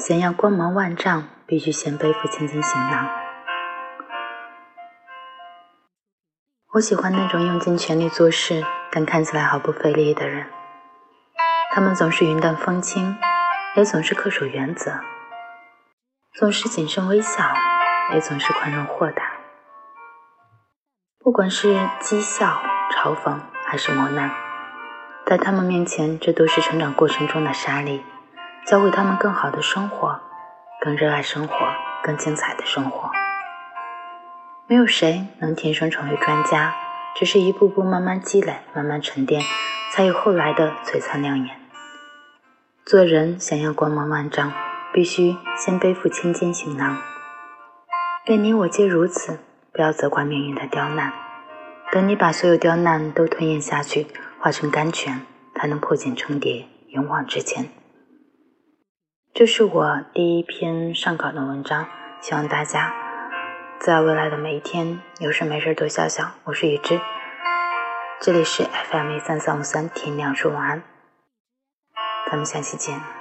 想要光芒万丈，必须先背负千斤行囊。我喜欢那种用尽全力做事，但看起来毫不费力的人。他们总是云淡风轻，也总是恪守原则，总是谨慎微笑，也总是宽容豁达。不管是讥笑、嘲讽还是磨难，在他们面前，这都是成长过程中的沙砾，教会他们更好的生活，更热爱生活，更精彩的生活。没有谁能天生成为专家，只是一步步慢慢积累，慢慢沉淀，才有后来的璀璨亮眼。做人想要光芒万丈，必须先背负千斤行囊。愿你我皆如此，不要责怪命运的刁难。等你把所有刁难都吞咽下去，化成甘泉，才能破茧成蝶，勇往直前。这是我第一篇上稿的文章，希望大家在未来的每一天有事没事多笑笑。我是雨之，这里是 FM 13353，天亮说晚安，咱们下期见。